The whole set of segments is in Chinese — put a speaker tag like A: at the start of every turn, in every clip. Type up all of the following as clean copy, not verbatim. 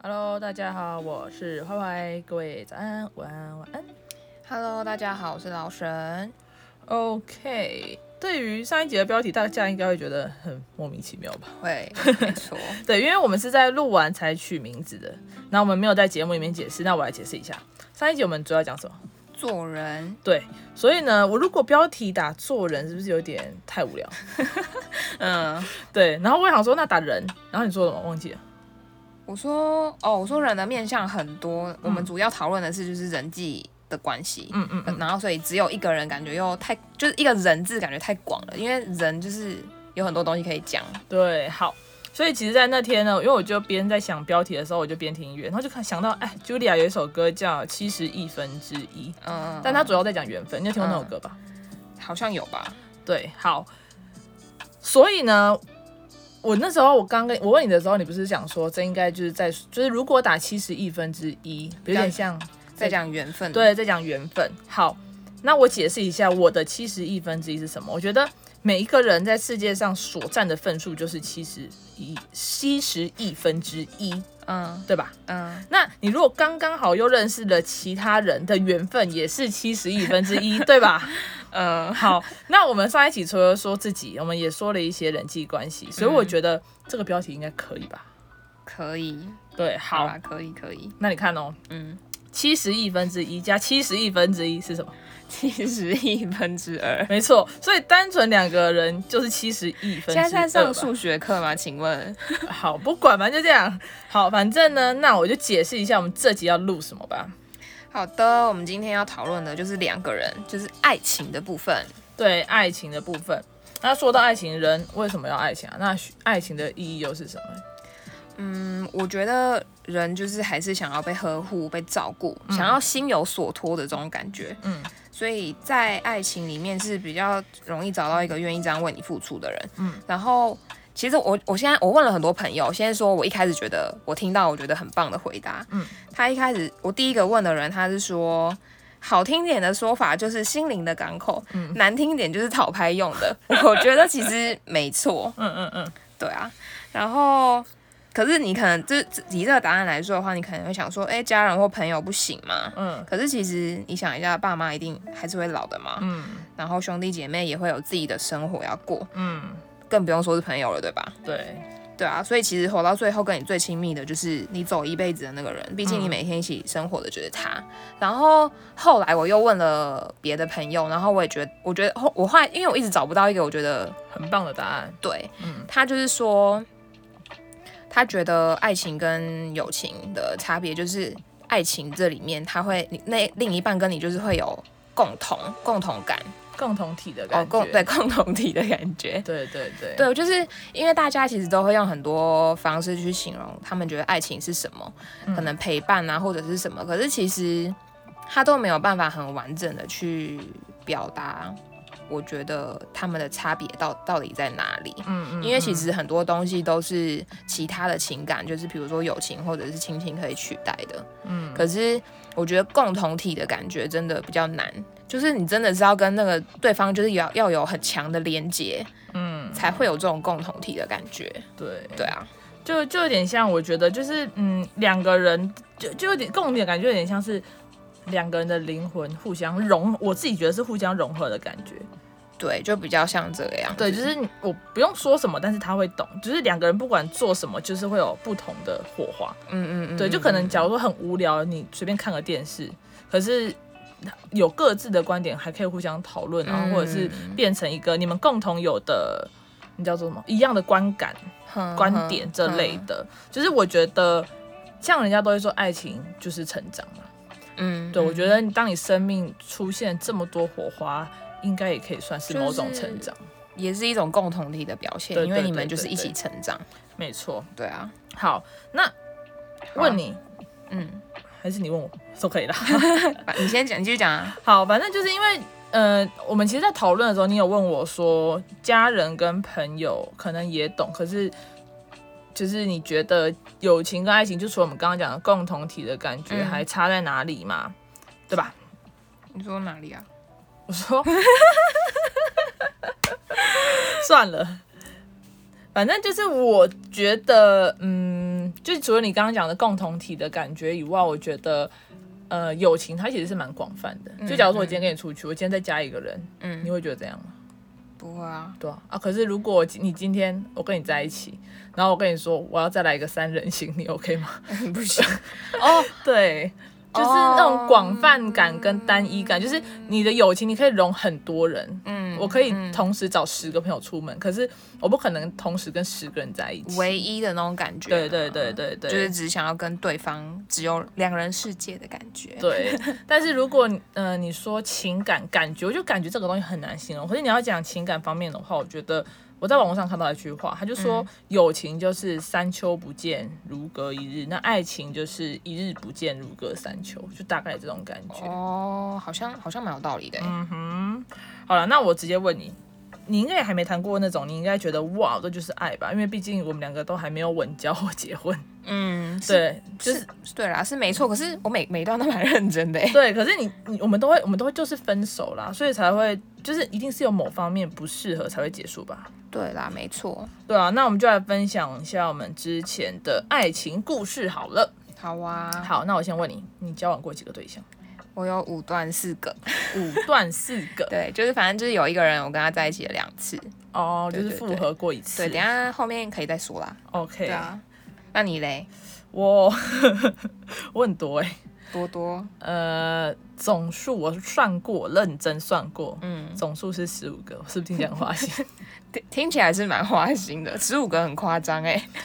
A: Hello， 大家好，我是坏坏，各位早安、晚安、晚安。
B: Hello， 大家好，我是老神。
A: OK， 对于上一集的标题，大家应该会觉得很莫名其妙吧？
B: 会，没错。
A: 对，因为我们是在录完才取名字的，那我们没有在节目里面解释，那我来解释一下。上一集我们主要讲什么？
B: 做人。
A: 对，所以呢，我如果标题打做人，是不是有点太无聊？对。然后我想说，那打人，然后你说什么？忘记了。
B: 我说人的面向很多，我们主要讨论的是就是人际的关系，然后所以只有一个人感觉又太就是一个人字感觉太广了，因为人就是有很多东西可以讲。
A: 对，好，所以其实，在那天呢，因为我就边在想标题的时候，我就边听音乐，然后就想到，Julia 有一首歌叫《70亿分之一》，但它主要在讲缘分，你有听过那首歌吧？
B: 好像有吧。
A: 对，好，所以呢。我那时候我问你的时候，你不是讲说这应该就是如果打70亿分之一，有点像
B: 在讲缘分。
A: 对，在讲缘分。好，那我解释一下我的70亿分之一是什么。我觉得每一个人在世界上所占的份数就是70亿分之一，对吧？那你如果刚刚好又认识了其他人的缘分，也是70亿分之一，对吧？好，那我们上一期除了说自己，我们也说了一些人际关系，所以我觉得这个标题应该可以吧？
B: 可以。
A: 对，好
B: 啦，可以。
A: 那你看哦，70亿分之一加70亿分之一是什么
B: ？70亿分之二。
A: 没错，所以单纯两个人就是70亿分之二。
B: 现在在上数学课吗？请问？
A: 好，不管，反正就这样。好，反正呢，那我就解释一下我们这集要录什么吧。
B: 好的，我们今天要讨论的就是两个人，就是爱情的部分。
A: 对，爱情的部分。那说到爱情，人为什么要爱情啊？那爱情的意义又是什么？
B: 我觉得人就是还是想要被呵护、被照顾，想要心有所托的这种感觉。所以在爱情里面是比较容易找到一个愿意这样为你付出的人。然后其实我现在问了很多朋友，先说我一开始觉得我听到我觉得很棒的回答。他一开始我第一个问的人，他是说好听点的说法就是心灵的港口，难听一点就是讨拍用的。我觉得其实没错。对啊，然后。可是你可能以这个答案来说的话，你可能会想说，家人或朋友不行吗？可是其实你想一下，爸妈一定还是会老的嘛。然后兄弟姐妹也会有自己的生活要过。更不用说是朋友了，对吧？对啊，所以其实活到最后跟你最亲密的就是你走一辈子的那个人，毕竟你每天一起生活的就是他。然后后来我又问了别的朋友，然后我觉得我后来因为我一直找不到一个我觉得
A: 很棒的答案。
B: 对，他就是说。他觉得爱情跟友情的差别就是，爱情这里面他会那另一半跟你就是会有共同感、
A: 共同体的感觉。
B: 对，共同体的感觉。
A: 对，
B: 就是因为大家其实都会用很多方式去形容他们觉得爱情是什么，可能陪伴啊或者是什么，可是其实他都没有办法很完整的去表达。我觉得他们的差别到底在哪里？因为其实很多东西都是其他的情感，就是比如说友情或者是亲情可以取代的。可是我觉得共同体的感觉真的比较难，就是你真的是要跟那个对方就是要有很强的连结，才会有这种共同体的感觉。对啊，
A: 就有点像，我觉得就是两个人就有点共同体的感觉，有点像是。两个人的灵魂互相我自己觉得是互相融合的感觉。
B: 对，就比较像这个样子。
A: 对，就是我不用说什么，但是他会懂。就是两个人不管做什么，就是会有不同的火花。对，就可能假如说很无聊，你随便看个电视，可是有各自的观点，还可以互相讨论，然后或者是变成一个你们共同有的，你叫做什么一样的观感、观点这类的。就是我觉得，像人家都会说，爱情就是成长嘛。对，我觉得当你生命出现这么多火花，应该也可以算是某种成长，
B: 也是一种共同体的表现。因为你们就是一起成长。
A: 没错。
B: 对啊。
A: 好，那问你，还是你问我都可以啦。
B: 你先讲，你继续讲啊。
A: 好，反正就是因为我们其实，在讨论的时候，你有问我说，家人跟朋友可能也懂，可是。就是你觉得友情跟爱情，就除了我们刚刚讲的共同体的感觉，还差在哪里嘛？对吧？
B: 你说哪里啊？
A: 我说，算了，反正就是我觉得， 就除了你刚刚讲的共同体的感觉以外，我觉得友情它其实是蛮广泛的。就假如说我今天跟你出去，我今天再加一个人，你会觉得这样吗？
B: 不会啊。
A: 对啊，可是如果你今天我跟你在一起，然后我跟你说我要再来一个3人行，你 OK 吗？
B: 不行。
A: 对。就是那种广泛感跟单一感，就是你的友情你可以容很多人，我可以同时找10个朋友出门，可是我不可能同时跟10个人在一起，
B: 唯一的那种感觉。
A: 对，
B: 就是只想要跟对方只有2人世界的感觉。
A: 对，但是如果你说情感感觉，我就感觉这个东西很难形容。可是你要讲情感方面的话，我觉得我在网络上看到一句话，他就说友情就是3秋不见如隔1日，那爱情就是1日不见如隔3秋，就大概这种感觉。
B: 好像蛮有道理的。
A: 好了，那我直接问你，你应该也还没谈过那种，你应该觉得哇，这就是爱吧？因为毕竟我们2个都还没有稳交或结婚。对，就是
B: 对啦，是没错。可是我每一段都蛮认真的。
A: 对，可是我们都会就是分手啦，所以才会就是一定是有某方面不适合才会结束吧？
B: 对啦，没错。
A: 对啊，那我们就来分享一下我们之前的爱情故事好了。
B: 好啊。
A: 好，那我先问你，你交往过几个对象？
B: 我有5段4个。
A: 5段4个。
B: 对，就是反正就是有一个人我跟他在一起了2次。
A: 就是复合过1次。
B: 对，等一下后面可以再说啦。
A: OK。
B: 对啊。那你嘞？
A: 我很多
B: 多。
A: 总数我算过，认真算过，总数是15个，是不是听起来很花心？
B: 听起来是蛮花心的，15个很夸张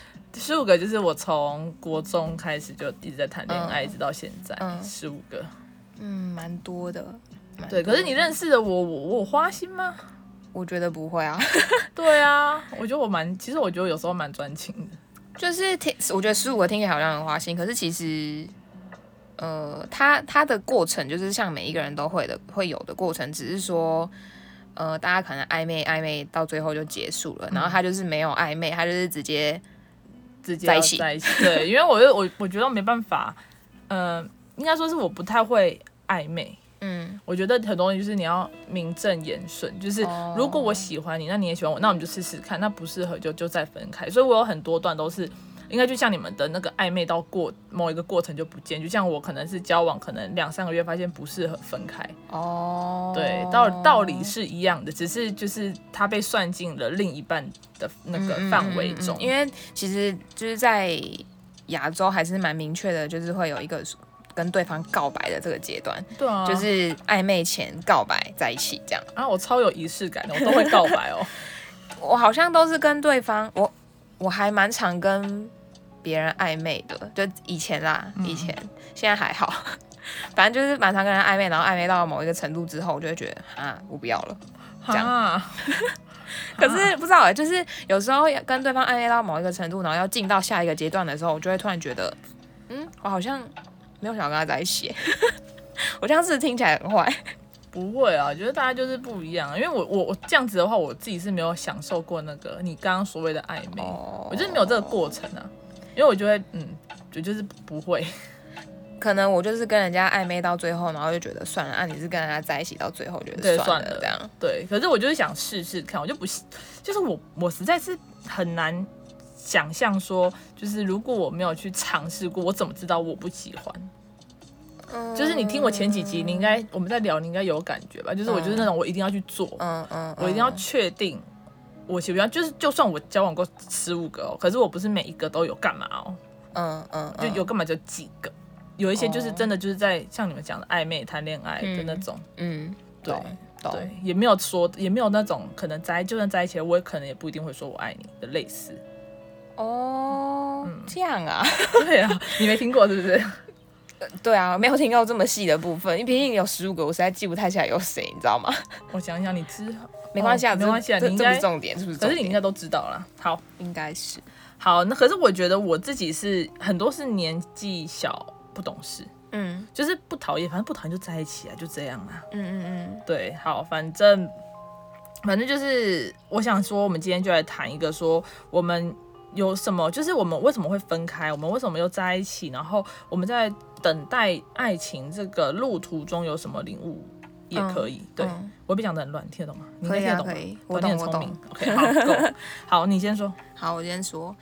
A: 15个就是我从国中开始就一直在谈恋爱，直到现在，15个。
B: 蛮多的。
A: 对，可是你认识的我花心吗？
B: 我觉得不会啊。
A: 对啊，我觉得其实我觉得有时候蛮专情的。
B: 就是我觉得15个听起来好像很花心，可是其实，它的过程就是像每一个人都会有的过程，只是说，大家可能暧昧到最后就结束了，然后他就是没有暧昧，他就是直接在一起。
A: 对，因为我觉得没办法，应该说是我不太会暧昧。我觉得很多东西就是你要名正言顺，就是如果我喜欢你，那你也喜欢我，那我们就试试看，那不适合就再分开。所以我有很多段都是，应该就像你们的那个暧昧到某一个过程就不见，就像我可能是交往可能2-3个月发现不适合分开。对，道理是一样的，只是就是它被算进了另一半的那个范围中。
B: 因为其实就是在亚洲还是蛮明确的，就是会有一个跟对方告白的这个阶段。
A: 对啊，
B: 就是暧昧前告白在一起这样。
A: 我超有仪式感的，我都会告白哦。
B: 我好像都是跟对方，我还蛮常跟别人暧昧的，就以前啦，现在还好。反正就是蛮常跟人暧昧，然后暧昧到某一个程度之后，我就会觉得我不要了，这样。可是不知道就是有时候跟对方暧昧到某一个程度，然后要进到下一个阶段的时候，我就会突然觉得，我好像没有想要跟他在一起。我这样是听起来很坏。
A: 不会啊，我觉得大家就是不一样，因为我这样子的话，我自己是没有享受过那个你刚刚所谓的暧昧，我就是没有这个过程啊，因为我就会就是不会。
B: 可能我就是跟人家暧昧到最后，然后就觉得算了，你是跟人家在一起到最后觉得算了这样。
A: 对，可是我就是想试试看，我就不就是我实在是很难想象说，就是如果我没有去尝试过，我怎么知道我不喜欢？就是你听我前几集，我们在聊，你应该有感觉吧？就是我就是那种我一定要去做，我一定要确定我喜欢，就是就算我交往过15个可是我不是每一个都有干嘛就有干嘛就几个。有一些就是真的就是在像你们讲的暧昧谈恋爱的那种，对，也没有那种可能就算在一起了，我也可能也不一定会说我爱你的类似。
B: 这样啊？
A: 对啊，你没听过是不是？
B: 对啊，没有听到这么细的部分，因为毕竟有15个，我实在记不太起来有谁，你知道吗？
A: 我想想，你知
B: 没关系啊，
A: 没关系啊，
B: 这不是重点，是不是？
A: 可是你应该都知道啦。好，
B: 应该是。
A: 好，那可是我觉得我自己是很多是年纪小不懂事，就是不讨厌，反正不讨厌就在一起啊，就这样啊。对，好，反正就是我想说，我们今天就来谈一个说我们有什么，就是我们为什么会分开，我们为什么又在一起，然后我们在等待爱情这个路途中有什么领悟也可以。对，我被讲得很乱，听得懂吗？你应该听得懂吧？
B: 可以，
A: 我懂。OK， 好，够。好，你先说。
B: 好，我先说。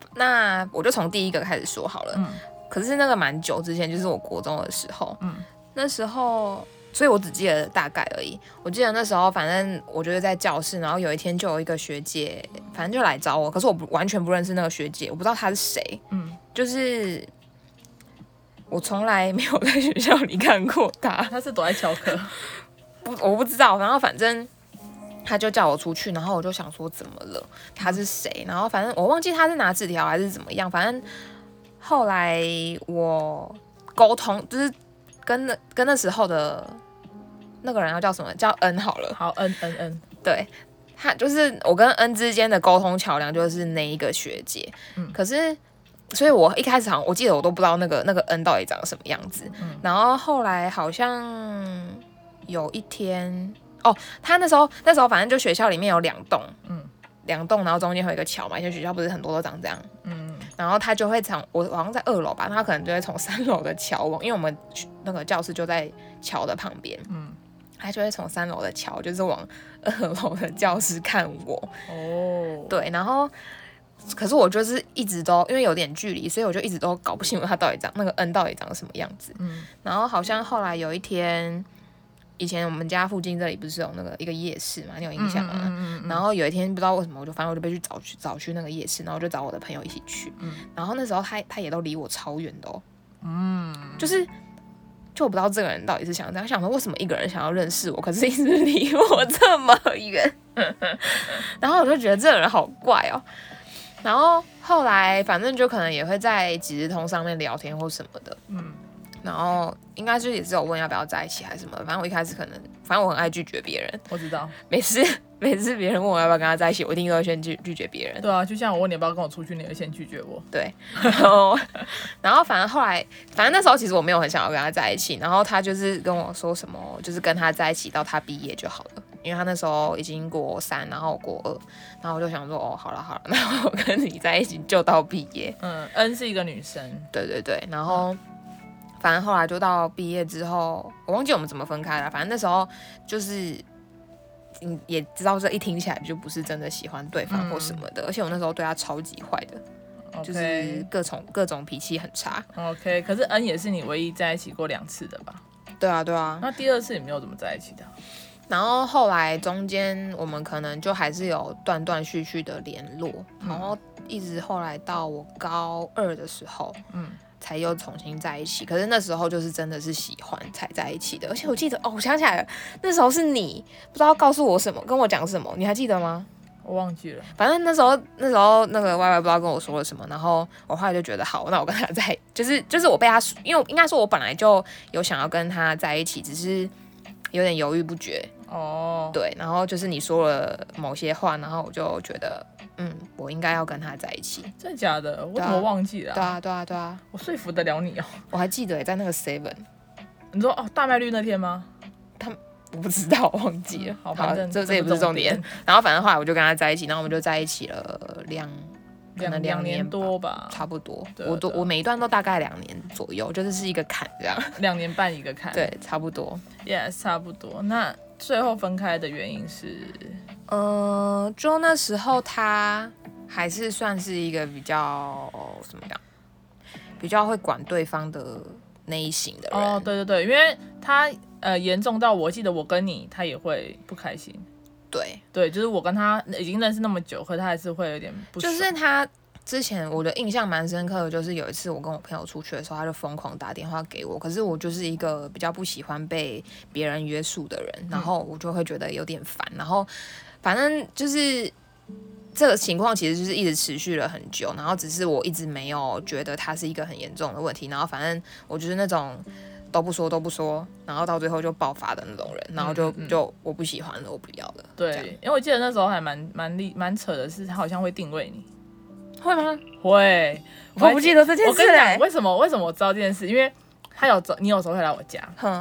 B: 那我就从第一个开始说好了。可是那个蛮久之前，就是我国中的时候。那时候，所以我只记得大概而已。我记得那时候，反正我就是在教室，然后有一天就有一个学姐，反正就来找我。可是我完全不认识那个学姐，我不知道她是谁。就是我从来没有在学校里看过她。
A: 她是躲在翘课？
B: 我不知道。然后反正他就叫我出去，然后我就想说怎么了？他是谁？然后反正我忘记他是拿纸条还是怎么样。反正后来我沟通，就是跟那时候的那个人要叫什么？叫恩好了。
A: 好，恩。
B: 对，他就是我跟恩之间的沟通桥梁，就是那一个学姐。可是，所以我一开始我记得我都不知道那个恩到底长什么样子。然后后来好像有一天。他那时候反正就学校里面有2栋，然后中间会有一个桥嘛，以前学校不是很多都长这样，然后他就会我好像在2楼吧，他可能就会从3楼的桥因为我们那个教室就在桥的旁边，他就会从3楼的桥就是往2楼的教室看我，对，然后可是我就是一直都因为有点距离，所以我就一直都搞不清楚他到底那个恩到底长什么样子，然后好像后来有一天。以前我们家附近这里不是有一个夜市嘛，你有印象吗？然后有一天不知道为什么，反正我就被找去那个夜市，然后我就找我的朋友一起去。然后那时候他也都离我超远的就我不知道这个人到底是想这样，想说为什么一个人想要认识我，可是一直离我这么远。然后我就觉得这个人好怪哦。然后后来反正就可能也会在即时通上面聊天或什么的。然后应该就也是有问要不要在一起还是什么，反正我一开始反正我很爱拒绝别人。
A: 我知道，
B: 每次别人问我要不要跟他在一起，我一定都会先拒绝别人。
A: 对啊，就像我问你要不要跟我出去，你会先拒绝我。
B: 对，然后反正后来，反正那时候其实我没有很想要跟他在一起，然后他就是跟我说什么，就是跟他在一起到他毕业就好了，因为他那时候已经国3，然后我国2，然后我就想说好了，然后我跟你在一起就到毕业。
A: 恩是一个女生。
B: 对，然后。反正后来就到毕业之后，我忘记我们怎么分开了。反正那时候就是，也知道这一听起来就不是真的喜欢对方或什么的。而且我那时候对他超级坏的，就是各种脾气很差。
A: OK， 可是恩也是你唯一在一起过2次的吧？
B: 对啊。
A: 那第2次你没有怎么在一起的？
B: 然后后来中间我们可能就还是有断断续续的联络，然后一直后来到我高2的时候，才又重新在一起，可是那时候就是真的是喜欢才在一起的，而且我记得我想起来了，那时候是你不知道告诉我什么，跟我讲什么，你还记得吗？
A: 我忘记了，
B: 反正那时候那个 Y Y 不知道跟我说了什么，然后我后来就觉得好，那我跟他在，就是我被他，因为应该说我本来就有想要跟他在一起，只是有点犹豫不决。对，然后就是你说了某些话，然后我就觉得。我应该要跟他在一起。
A: 真的假的？我怎么忘记了？
B: 对啊。
A: 我说服得了你哦。
B: 我还记得在那个 7。
A: 你说大麦绿那天吗？
B: 我不知道，我忘记了。
A: 好，反正
B: 这也不是重点。然后反正后来我就跟他在一起，然后我们就在一起了2年多吧，差不多。我每一段都大概2年左右，就是一个坎这样。
A: 2年半一个坎。
B: 对，差不多。
A: Yes， 差不多。那最后分开的原因是？
B: 就那时候他还是算是一个比较怎么样，比较会管对方的那一型的人。
A: 对，因为他严重到我记得我跟你，他也会不开心。对，就是我跟他已经认识那么久，可他还是会有点不爽。
B: 就是他之前我的印象蛮深刻的，就是有一次我跟我朋友出去的时候，他就疯狂打电话给我，可是我就是一个比较不喜欢被别人约束的人，然后我就会觉得有点烦，然后。反正就是这个情况，其实就是一直持续了很久，然后只是我一直没有觉得它是一个很严重的问题，然后反正我就是那种都不说，然后到最后就爆发的那种人，然后就我不喜欢了，我不要了。
A: 对，因为我记得那时候还蛮扯的是，他好像会定位你，
B: 会吗？
A: 会，
B: 我不记得这件事。
A: 我跟你讲，为什么我知道这件事？因为你有时候会来我家，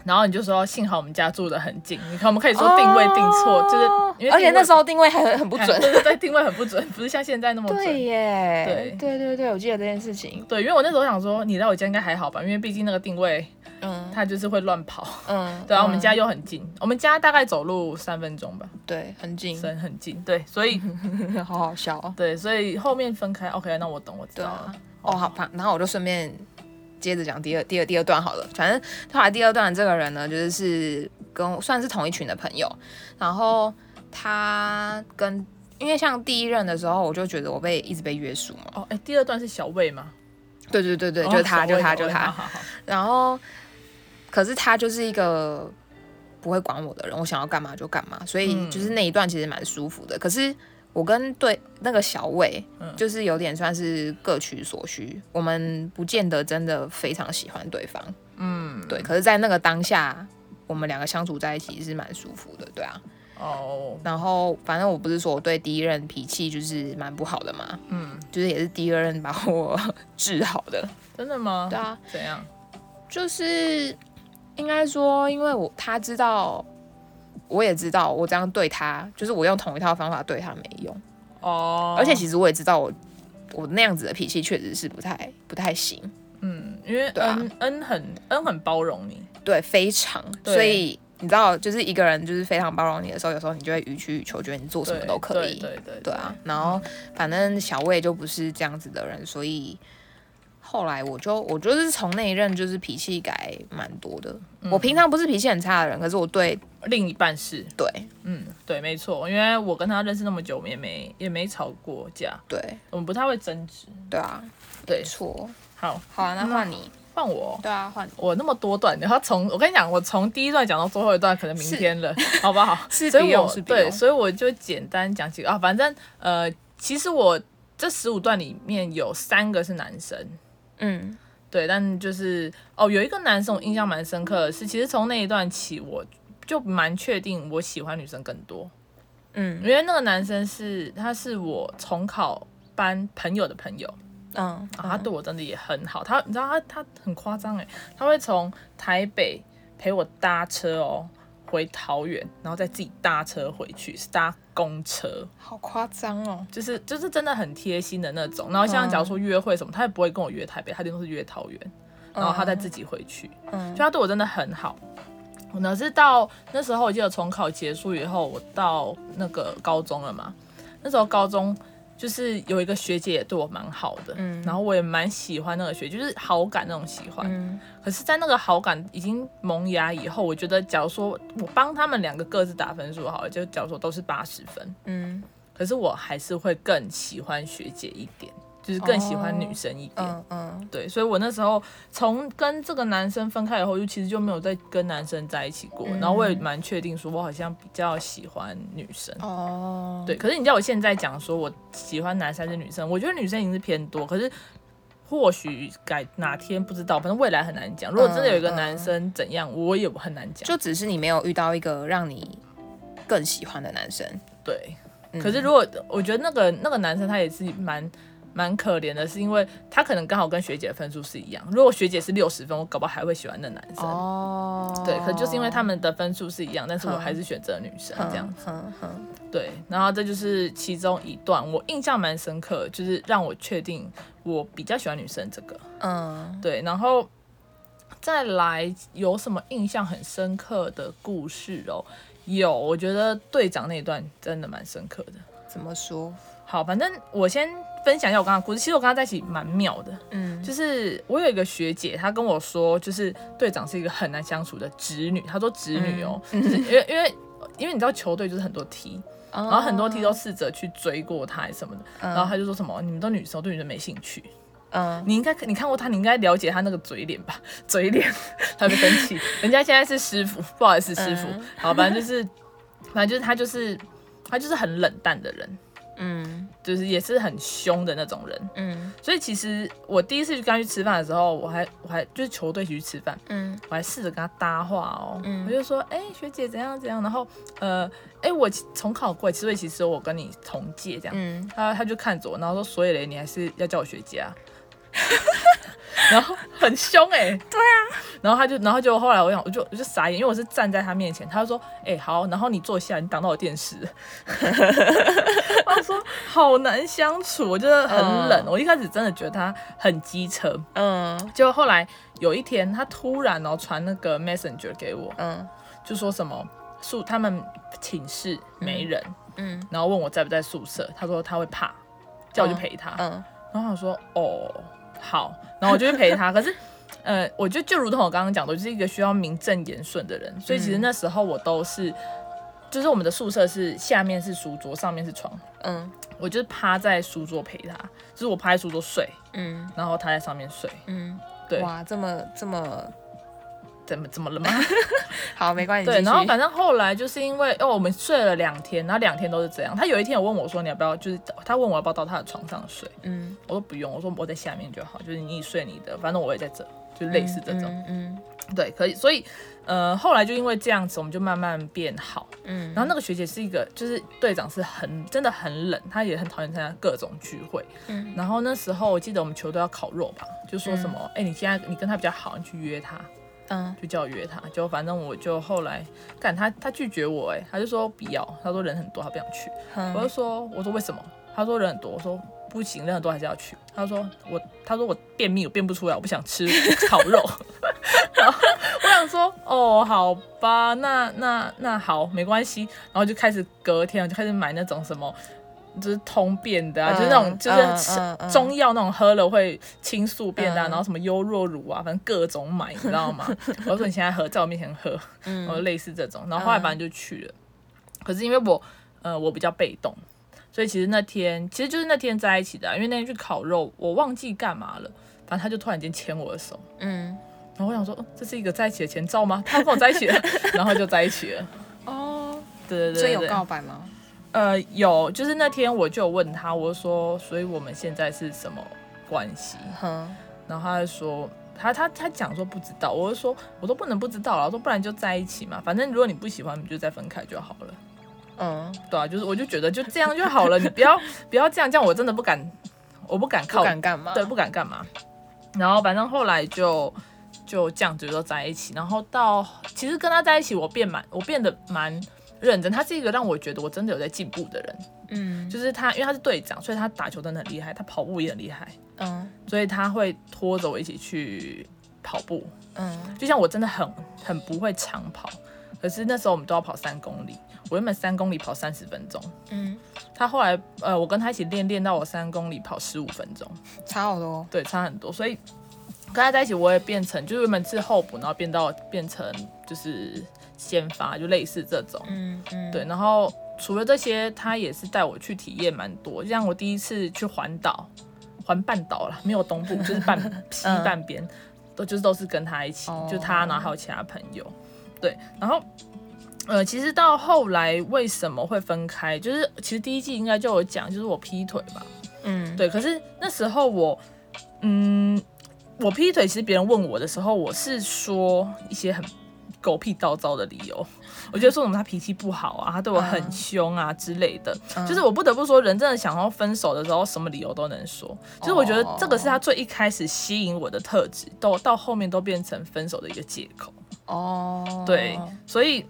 A: 然后你就说幸好我们家住得很近，你看我们可以说定位定错，就是因为
B: 而且那时候定位还很不准，
A: 对，定位很不准，不是像现在那么准。
B: 对耶，
A: 对
B: 对，我记得这件事情。
A: 对，因为我那时候想说你来我家应该还好吧，因为毕竟那个定位，它就是会乱跑。对啊，我们家又很近，我们家大概走路3分钟吧。
B: 对，很近，
A: 很近。对，所以
B: 好好笑哦。
A: 对，所以后面分开 ，OK， 那我懂，我知道了。
B: 好吧，然后我就顺便接着讲第二段好了。反正后来第二段的这个人呢，就是跟算是同一群的朋友，然后他因为像第一任的时候，我就觉得我一直被约束嘛。
A: 第二段是小魏吗？
B: 对，就是他，就他。
A: 好。
B: 然后，可是他就是一个不会管我的人，我想要干嘛就干嘛，所以就是那一段其实蛮舒服的。可是我跟那个小魏，就是有点算是各取所需，我们不见得真的非常喜欢对方。对。可是，在那个当下，我们2个相处在一起是蛮舒服的，对啊。然后反正我不是说我对第一任脾气就是蛮不好的嘛，就是也是第二任把我治好的。
A: 真的吗？
B: 对啊。
A: 怎样？
B: 就是应该说，因为他知道，我也知道我这样对他，就是我用同一套方法对他没用。而且其实我也知道我那样子的脾气确实是不太行。
A: 因为恩很包容你，
B: 对，非常。所以你知道，就是一个人就是非常包容你的时候，有时候你就会予取予求，觉得你做什么都可以。对啊。然后反正小魏就不是这样子的人，所以后来我就是从那一任就是脾气改蛮多的。我平常不是脾气很差的人，可是我对
A: 另一半是。
B: 对。
A: 对，没错，因为我跟他认识那么久，我们也没吵过架。
B: 对，
A: 我们不太会争执。
B: 对啊，
A: 对，
B: 没错。
A: 好
B: 啊，那换你。
A: 换我。
B: 对啊，换
A: 我那么多段，然后我跟你讲，我从第一段讲到最后一段，可能明天了，好不好？
B: 是
A: 所以我就简单讲几个啊。反正其实我这15段里面有3个是男生。对，但就是有一个男生我印象蛮深刻的是，其实从那一段起，我就蛮确定我喜欢女生更多。因为那个男生他是我重考班朋友的朋友。他对我真的也很好。你知道他很夸张他会从台北陪我搭车回桃园，然后再自己搭车回去，是搭公车。
B: 好夸张哦！
A: 就是真的很贴心的那种。然后像假如说约会什么，他也不会跟我约台北，他一定都是约桃园，然后他再自己回去。就他对我真的很好。我是到那时候我记得重考结束以后，我到那个高中了嘛。那时候高中就是有一个学姐也对我蛮好的，然后我也蛮喜欢那个学姐，就是好感那种喜欢。可是，在那个好感已经萌芽以后，我觉得假如说我帮他们2个各自打分数好了，就假如说都是80分，可是我还是会更喜欢学姐一点。就是更喜欢女生一点。对，所以我那时候从跟这个男生分开以后，其实就没有再跟男生在一起过。然后我也蛮确定说，我好像比较喜欢女生。对，可是你叫我现在讲说我喜欢男生还是女生，我觉得女生已经是偏多，可是或许哪天不知道，反正未来很难讲。如果真的有一个男生怎样，我也很难讲。
B: 就只是你没有遇到一个让你更喜欢的男生。
A: 对，可是如果我觉得那个男生他也是蛮可怜的，是因为他可能刚好跟学姐的分数是一样。如果学姐是60分，我搞不好还会喜欢那男生。对，可就是因为他们的分数是一样，但是我还是选择女生这样子。对，然后这就是其中一段我印象蛮深刻，就是让我确定我比较喜欢女生这个。对，然后再来有什么印象很深刻的故事有，我觉得队长那一段真的蛮深刻的。
B: 怎么说？
A: 好，反正我先分享一下我跟他的故事。其实我跟他在一起蛮妙的，就是我有一个学姐，她跟我说，就是队长是一个很难相处的直女。她说直女就是因为你知道球队就是很多 T，然后很多 T 都试着去追过她什么的，然后她就说什么你们都女生，我对女生没兴趣。你看过他，你应该了解他那个嘴脸吧？嘴脸，他会生气。人家现在是师傅，不好意思，师傅。好，反正就是他就是很冷淡的人。就是也是很凶的那种人。所以其实我第一次跟他去吃饭的时候，我还就是球队一起去吃饭，我还试着跟他搭话我就说，学姐怎样怎样，然后我重考过，所以其实我跟你同届这样。他就看着我，然后说，所以嘞，你还是要叫我学姐啊。然后很凶对啊， 然后就后来我就傻眼，因为我是站在他面前，他就说好，然后你坐下，你挡到我电视。我说好难相处，我觉得很冷。我一开始真的觉得他很机车，结果后来有一天他突然传那个 Messenger 给我，就说什么他们寝室没人，然后问我在不在宿舍，他说他会怕，叫我去陪他，然后我说好，然后我就去陪他。可是我觉得就如同我刚刚讲的，我就是一个需要名正言顺的人，所以其实那时候我都是，就是我们的宿舍是下面是书桌，上面是床，我就是趴在书桌陪他，就是我趴在书桌睡，然后他在上面睡，对，
B: 哇，这么
A: 怎么了吗？
B: 好，没关系。
A: 对，然后反正后来就是因为我们睡了2天，然后2天都是这样。他有一天有问我说你要不要，就是他问我要不要到他的床上睡，我说不用，我说我在下面就好，就是你睡你的，反正我也在这，就类似这种，对，可以。所以后来就因为这样子，我们就慢慢变好，然后那个学姐是一个，就是队长是真的很冷，她也很讨厌参加各种聚会，然后那时候我记得我们球队要烤肉吧，就说什么你现在你跟他比较好，你去约他。就叫我约他，就反正我就后来他拒绝我，他就说不要，他说人很多，他不想去。我说为什么？他说人很多，我说不行，人很多还是要去。他说我便秘，我便不出来，我不想吃烤肉。然后我想说好吧，那好没关系，然后就开始隔天我就开始买那种什么。就是通便的就是那种就是中药那种喝了会清宿便的然后什么优酪乳啊，反正各种买，你知道吗？我说你现在喝，在我面前喝，类似这种。然后后来反正就去了，可是因为我比较被动，所以其实就是那天在一起的，因为那天去烤肉，我忘记干嘛了，反正他就突然间牵我的手，然后我想说这是一个在一起的前兆吗？他跟我在一起了，然后就在一起了。对，
B: 所以有告白吗？
A: 有，就是那天我就有问他，我说，所以我们现在是什么关系？然后他就说，他讲说不知道，我就说，我都不能不知道了，我说不然就在一起嘛，反正如果你不喜欢，你就再分开就好了。对啊，就是我就觉得就这样就好了，你不要这样，我真的不敢，我不敢靠，
B: 不敢干嘛？
A: 对，不敢干嘛。然后反正后来就这样子就在一起，然后其实跟他在一起，我变得蛮认真，他是一个让我觉得我真的有在进步的人，就是他，因为他是队长，所以他打球真的很厉害，他跑步也很厉害，所以他会拖着我一起去跑步，就像我真的很不会长跑，可是那时候我们都要跑3公里，我原本3公里跑30分钟，他后来我跟他一起练到我3公里跑15分钟，
B: 差好多，
A: 对，差很多，所以跟他在一起我也变成，就是原本是候补，然后变成就是先发，就类似这种，对。然后除了这些，他也是带我去体验蛮多，像我第一次去环半岛啦，没有东部，就是西半边，都是跟他一起，就他，然后还有其他朋友，对。然后其实到后来为什么会分开，就是其实第一季应该就有讲，就是我劈腿吧，对。可是那时候我劈腿，其实别人问我的时候，我是说一些很狗屁倒灶的理由，我觉得说什么他脾气不好啊，他对我很凶啊之类的，就是我不得不说，人真的想要分手的时候，什么理由都能说，就是我觉得这个是他最一开始吸引我的特质，到后面都变成分手的一个借口。对，所以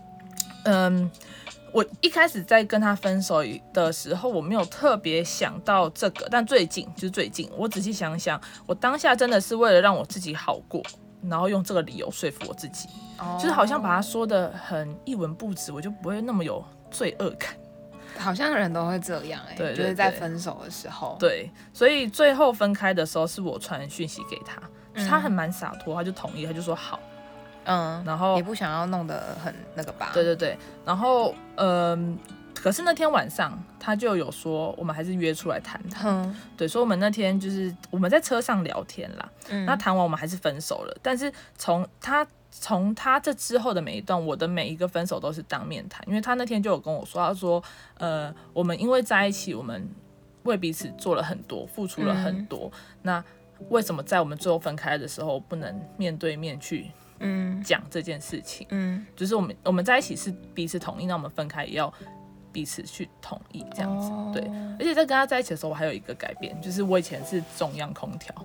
A: 我一开始在跟他分手的时候，我没有特别想到这个，但最近，我仔细想想，我当下真的是为了让我自己好过，然后用这个理由说服我自己，就是好像把他说的很一文不值，我就不会那么有罪恶感。
B: 好像人都会这样
A: 对，
B: 就是在分手的时候。
A: 对，所以最后分开的时候是我传讯息给他，他很蛮洒脱，他就同意，他就说好。然后
B: 也不想要弄得很那个吧。
A: 对，然后可是那天晚上他就有说，我们还是约出来谈谈。对，所以我们那天就是我们在车上聊天啦。那谈完我们还是分手了，但是从他这之后的每一段，我的每一个分手都是当面谈，因为他那天就有跟我说，他说我们因为在一起，我们为彼此做了很多，付出了很多，那为什么在我们最后分开的时候不能面对面去讲这件事情？就是我们在一起是彼此同意，那我们分开也要彼此去同意这样子。对，而且在跟他在一起的时候，我还有一个改变，就是我以前是中央空调。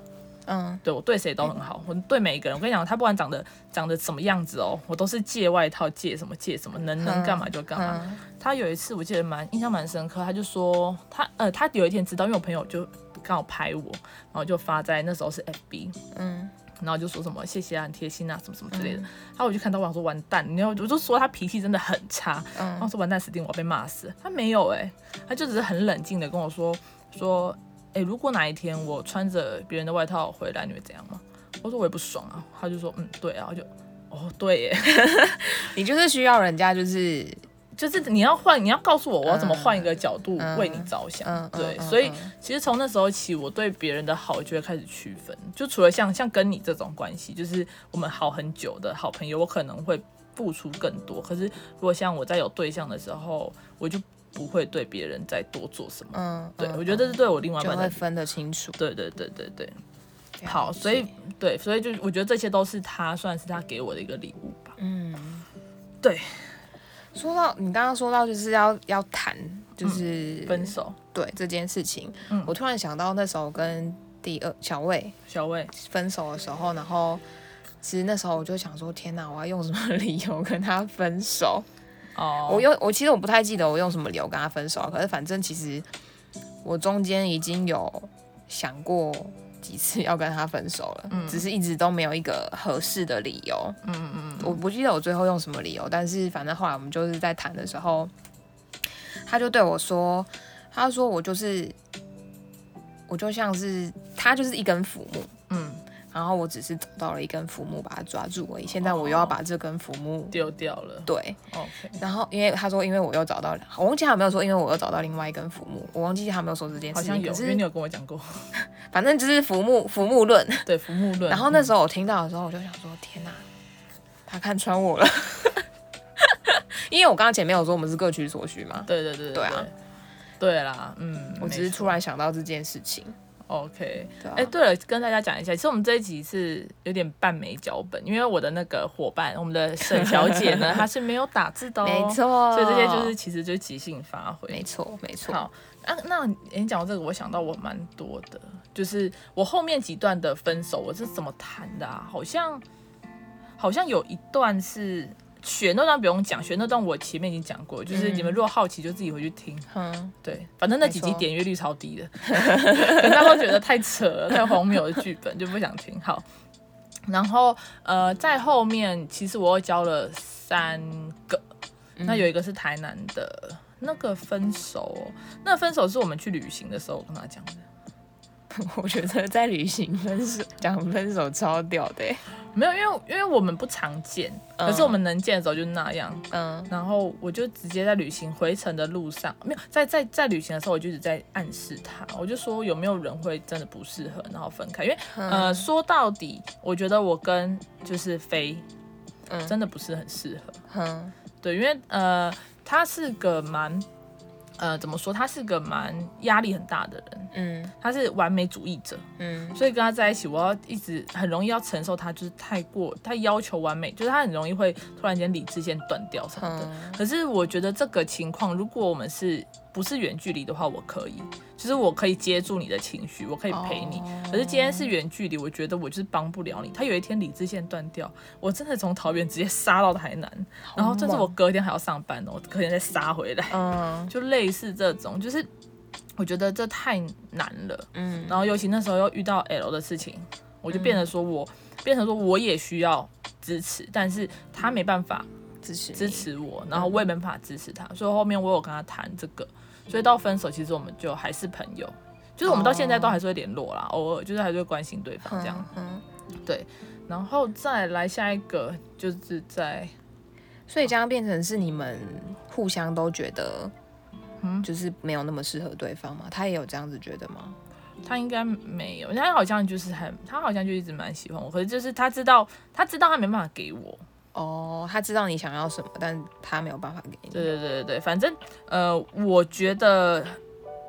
A: 对我对谁都很好，我对每一个人，我跟你讲，他不管长得什么样子哦，我都是借外套，借什么，能干嘛就干嘛。他有一次我记得印象蛮深刻，他就说他有一天知道，因为我朋友就刚好拍我，然后就发在那时候是 FB，然后就说什么谢谢啊，很贴心啊，什么什么之类的。然后我就看到我想说完蛋，然后我就说他脾气真的很差，然后说完蛋死定我要被骂死。他没有他就只是很冷静的跟我说如果哪一天我穿着别人的外套回来，你会怎样吗？我说我也不爽啊。他就说对啊，我就对耶，
B: 你就是需要人家就是
A: 你要告诉我要怎么换一个角度为你着想，对，所以其实从那时候起，我对别人的好就会开始区分，就除了像跟你这种关系，就是我们好很久的好朋友，我可能会付出更多，可是如果像我在有对象的时候，我就不会对别人再多做什么，对，我觉得这是对我另外一半
B: 就会分得清楚，
A: 对，好，所以就我觉得这些都是算是他给我的一个礼物吧，对。
B: 说到你刚刚说到就是要谈就是
A: 分手，
B: 对这件事情，我突然想到那时候跟小魏分手的时候，然后其实那时候我就想说，天哪，我要用什么理由跟他分手？我其实我不太记得我用什么理由跟他分手，可是反正其实我中间已经有想过几次要跟他分手了，只是一直都没有一个合适的理由。我不记得我最后用什么理由，但是反正后来我们就是在谈的时候，他就对我说，他说我就像是他就是一根浮木，然后我只是找到了一根浮木把它抓住而已，现在我又要把这根浮木
A: 丢掉了。
B: 对
A: ，OK。
B: 然后因为他说，因为我又找到，我忘记他有没有说，因为我又找到另外一根浮木，我忘记他有没有说这件事情。
A: 好像有，因为你有跟我讲过。
B: 反正就是浮木论。
A: 对，浮木论。
B: 然后那时候我听到的时候，我就想说，天哪，他看穿我了。因为我刚刚前面有说我们是各取所需嘛。
A: 对啊。对啦，
B: 我只是突然想到这件事情。
A: OK，对了，跟大家讲一下，其实我们这一集是有点半没脚本，因为我的那个伙伴，我们的沈小姐呢，她是没有打字的
B: 没错，
A: 所以这些其实就是即兴发挥，
B: 没错。
A: 好，那你讲到这个，我想到我蛮多的，就是我后面几段的分手，我是怎么谈的啊？好像有一段是。选那段不用讲，选那段我前面已经讲过，就是你们如果好奇就自己回去听。对，反正那几集点阅率超低的，可能大家都觉得太扯了、太荒谬的剧本就不想听。好，然后在后面其实我又交了3个，那有一个是台南的那个分手，那个分手是我们去旅行的时候我跟他讲的。
B: 我觉得在旅行讲分手超屌的。
A: 没有，因为我们不常见，可是我们能见的时候就那样。然后我就直接在旅行回程的路上，没有在旅行的时候，我就一直在暗示他，我就说有没有人会真的不适合，然后分开。因为说到底，我觉得我跟就是飞，真的不是很适合。对，因为他是个蛮。怎么说？他是个蛮压力很大的人，他是完美主义者，所以跟他在一起，我要一直很容易要承受他就是太要求完美，就是他很容易会突然间理智线断掉什么的。可是我觉得这个情况，如果我们不是远距离的话，我可以，就是我可以接住你的情绪，我可以陪你。可是今天是远距离，我觉得我就是帮不了你。他有一天理智线断掉，我真的从桃园直接杀到台南，然后甚至我隔天还要上班哦，隔天再杀回来，就类似这种，就是我觉得这太难了。然后尤其那时候又遇到 L 的事情，我就变成说我也需要支持，但是他没办法支持我，然后我也没办法支持他，所以后面我有跟他谈这个，所以到分手其实我们就还是朋友，就是我们到现在都还是会联络啦，偶尔就是还是会关心对方这样。对，然后再来下一个就是
B: 所以这样变成是你们互相都觉得，就是没有那么适合对方吗？他也有这样子觉得吗？
A: 他应该没有，他好像就一直蛮喜欢我，可是就是他知道他没办法给我。
B: 他知道你想要什么，但他没有办法给你。
A: 对，反正我觉得，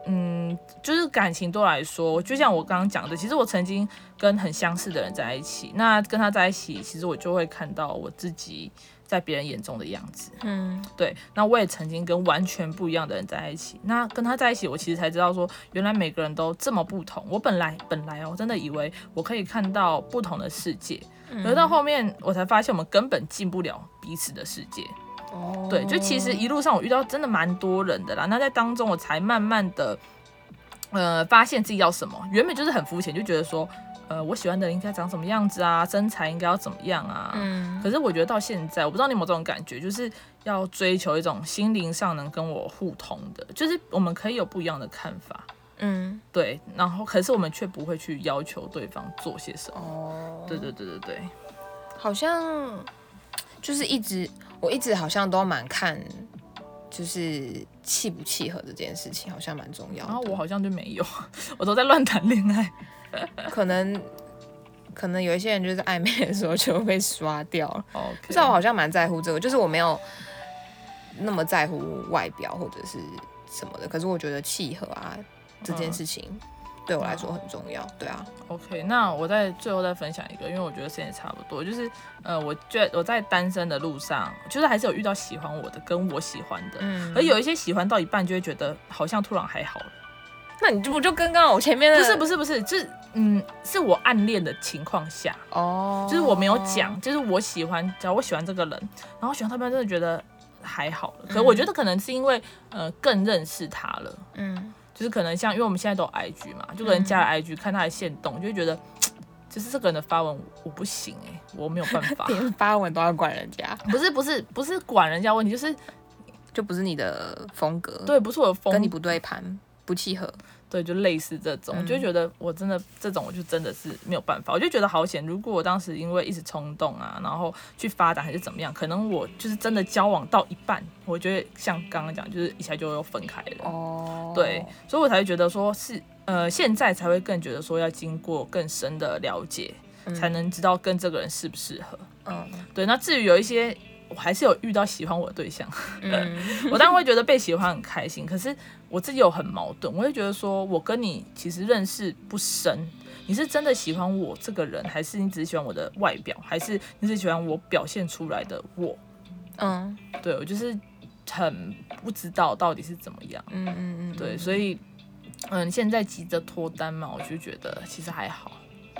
A: 就是感情对我来说，就像我刚刚讲的，其实我曾经跟很相似的人在一起，那跟他在一起，其实我就会看到我自己在别人眼中的样子。对。那我也曾经跟完全不一样的人在一起，那跟他在一起，我其实才知道说，原来每个人都这么不同。我本来真的以为我可以看到不同的世界，可是到后面我才发现，我们根本进不了彼此的世界。对，就其实一路上我遇到真的蛮多人的啦，那在当中我才慢慢的发现自己要什么。原本就是很肤浅，就觉得说我喜欢的人应该长什么样子啊，身材应该要怎么样啊。可是我觉得到现在，我不知道你有没有这种感觉，就是要追求一种心灵上能跟我互通的，就是我们可以有不一样的看法。对，然后可是我们却不会去要求对方做些什么。对，
B: 好像就是我一直好像都蛮看，就是契不契合这件事情，好像蛮重要的。
A: 然后我好像就没有，我都在乱谈恋爱。
B: 可能有一些人就是暧昧的时候就被刷掉了。不知道，我好像蛮在乎这个，就是我没有那么在乎外表或者是什么的，可是我觉得契合啊这件事情对我来说很重要。对啊。
A: OK， 那我最后再分享一个，因为我觉得时间也差不多，就是我觉得我在单身的路上，就是还是有遇到喜欢我的，跟我喜欢的，而有一些喜欢到一半就会觉得好像突然还好了。
B: 那你不就跟刚刚我前面的
A: 不是，就是是我暗恋的情况下，就是我没有讲，就是我喜欢，假如我喜欢这个人，然后喜欢他们真的觉得还好了，可是我觉得可能是因为更认识他了。就是可能像，因为我们现在都有 IG 嘛，就可能加了 IG 看他的限动，就会觉得，就是这个人的发文我不行我没有办法。
B: 连发文都要管人家？
A: 不是管人家问题，
B: 就不是你的风格。
A: 对，不是我的风格，
B: 跟你不对盘，不契合。
A: 对，就类似这种，就觉得我真的这种，我就真的是没有办法，我就觉得好险。如果我当时因为一时冲动啊，然后去发展还是怎么样，可能我就是真的交往到一半，我觉得像刚刚讲，就是一下就又分开了。对，所以我才会觉得说是现在才会更觉得说要经过更深的了解，才能知道跟这个人适不适合。对。那至于有一些，我还是有遇到喜欢我的对象，我当然会觉得被喜欢很开心，可是我自己有很矛盾，我会觉得说我跟你其实认识不深，你是真的喜欢我这个人，还是你只是喜欢我的外表，还是你是喜欢我表现出来的我？对，我就是很不知道到底是怎么样。对，所以现在急着脱单嘛，我就觉得其实还好。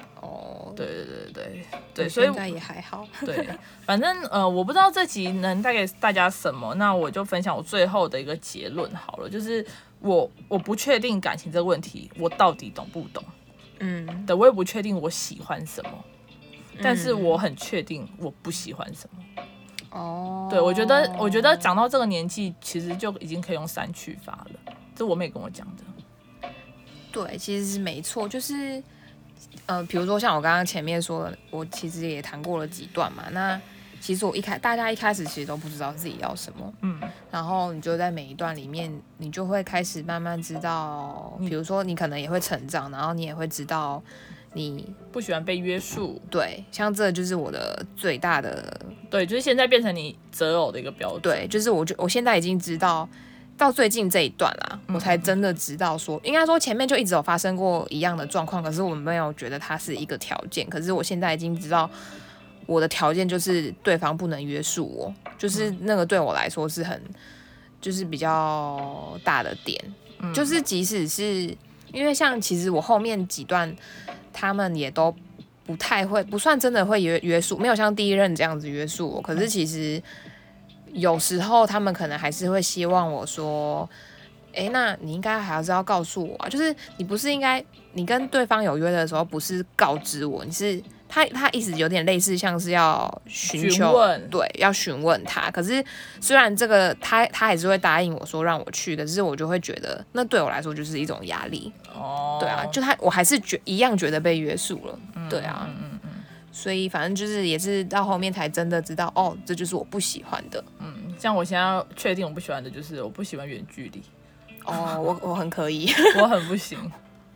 A: 对，所以
B: 现在也还好。
A: 对，反正我不知道这集能带给大家什么，那我就分享我最后的一个结论好了，就是我不确定感情这个问题我到底懂不懂，对，我也不确定我喜欢什么，但是我很确定我不喜欢什么。对，我觉得长到这个年纪，其实就已经可以用3去法了，这我妹跟我讲的。
B: 对，其实是没错，就是比如说像我刚刚前面说的，我其实也谈过了几段嘛。那其实大家一开始其实都不知道自己要什么，然后你就在每一段里面，你就会开始慢慢知道，比如说你可能也会成长，然后你也会知道你
A: 不喜欢被约束。
B: 对，像这就是我的最大的，
A: 对，就是现在变成你择偶的一个标准。
B: 对，就是我现在已经知道。到最近这一段啦，我才真的知道说，应该说前面就一直有发生过一样的状况，可是我们没有觉得它是一个条件。可是我现在已经知道，我的条件就是对方不能约束我，就是那个对我来说是就是比较大的点。就是即使是因为像其实我后面几段，他们也都不太会，不算真的会约束，没有像第一任这样子约束我。可是其实。有时候他们可能还是会希望我说，那你应该还是要告诉我啊，就是你不是应该，你跟对方有约的时候不是告知我，你是他意思有点类似像是要寻求，对，要询问他。可是虽然这个他还是会答应我说让我去，可是我就会觉得那对我来说就是一种压力。对啊，就我还是一样觉得被约束了。对啊。所以反正就是也是到后面才真的知道，这就是我不喜欢的。
A: 像我现在确定我不喜欢的就是我不喜欢远距离。
B: 我很可以，
A: 我很不行。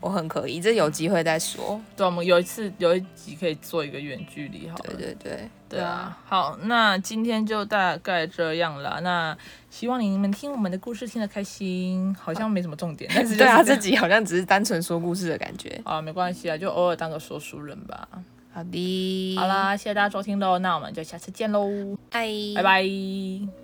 B: 我很可以，这有机会再说。
A: 对，我们有一集可以做一个远距离好了。对啊，好，那今天就大概这样了。那希望你们听我们的故事听得开心，好像没什么重点，但是
B: 对啊，这集好像只是单纯说故事的感觉。
A: 啊，没关系啊，就偶尔当个说书人吧。
B: 好的，
A: 好啦，谢谢大家收听喽，那我们就下次见喽，
B: 拜
A: 拜拜。